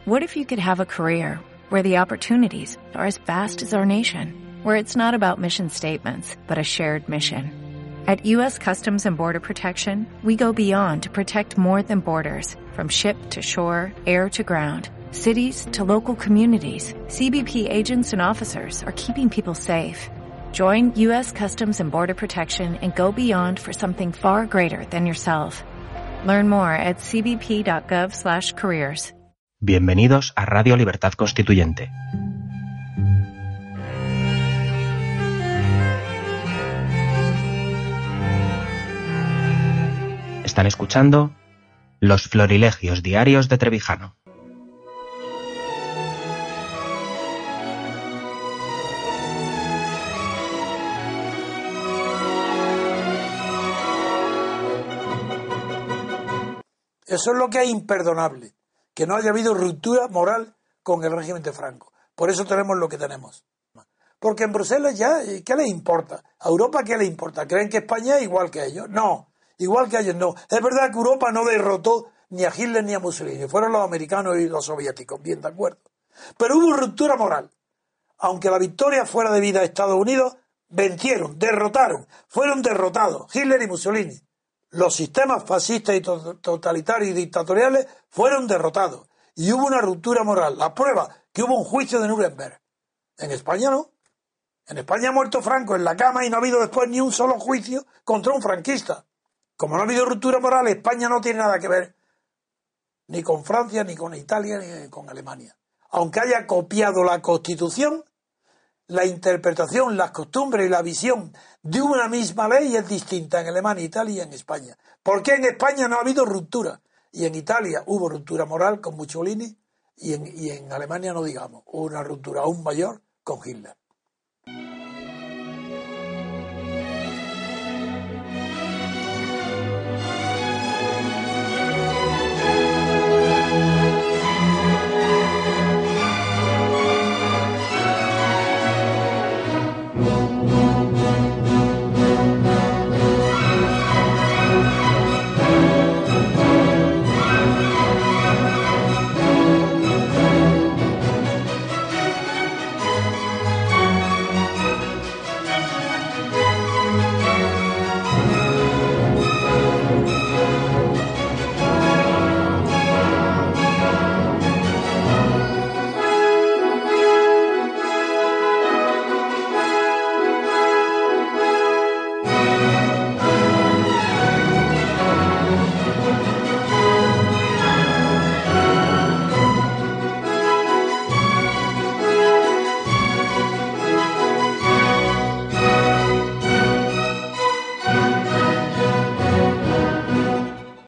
What if you could have a career where the opportunities are as vast as our nation, where it's not about mission statements, but a shared mission? At U.S. Customs and Border Protection, we go beyond to protect more than borders, from ship to shore, air to ground, cities to local communities. CBP agents and officers are keeping people safe. Join U.S. Customs and Border Protection and go beyond for something far greater than yourself. Learn more at cbp.gov/careers. Bienvenidos a Radio Libertad Constituyente. Están escuchando Los Florilegios Diarios de Trevijano. Eso es lo que es imperdonable, que no haya habido ruptura moral con el régimen de Franco. Por eso tenemos lo que tenemos. Porque en Bruselas ya, ¿qué les importa? ¿A Europa qué les importa? ¿Creen que España es igual que ellos? No, igual que ellos no. Es verdad que Europa no derrotó ni a Hitler ni a Mussolini. Fueron los americanos y los soviéticos, bien de acuerdo. Pero hubo ruptura moral. Aunque la victoria fuera debida a Estados Unidos, vencieron, derrotaron, fueron derrotados Hitler y Mussolini. Los sistemas fascistas y totalitarios y dictatoriales fueron derrotados. Y hubo una ruptura moral. La prueba, que hubo un juicio de Nuremberg. En España no. En España ha muerto Franco en la cama y no ha habido después ni un solo juicio contra un franquista. Como no ha habido ruptura moral, España no tiene nada que ver ni con Francia, ni con Italia, ni con Alemania. Aunque haya copiado la Constitución, la interpretación, las costumbres y la visión de una misma ley es distinta en Alemania, Italia y en España. ¿Por qué en España no ha habido ruptura? Y en Italia hubo ruptura moral con Mussolini y en Alemania no digamos, hubo una ruptura aún mayor con Hitler.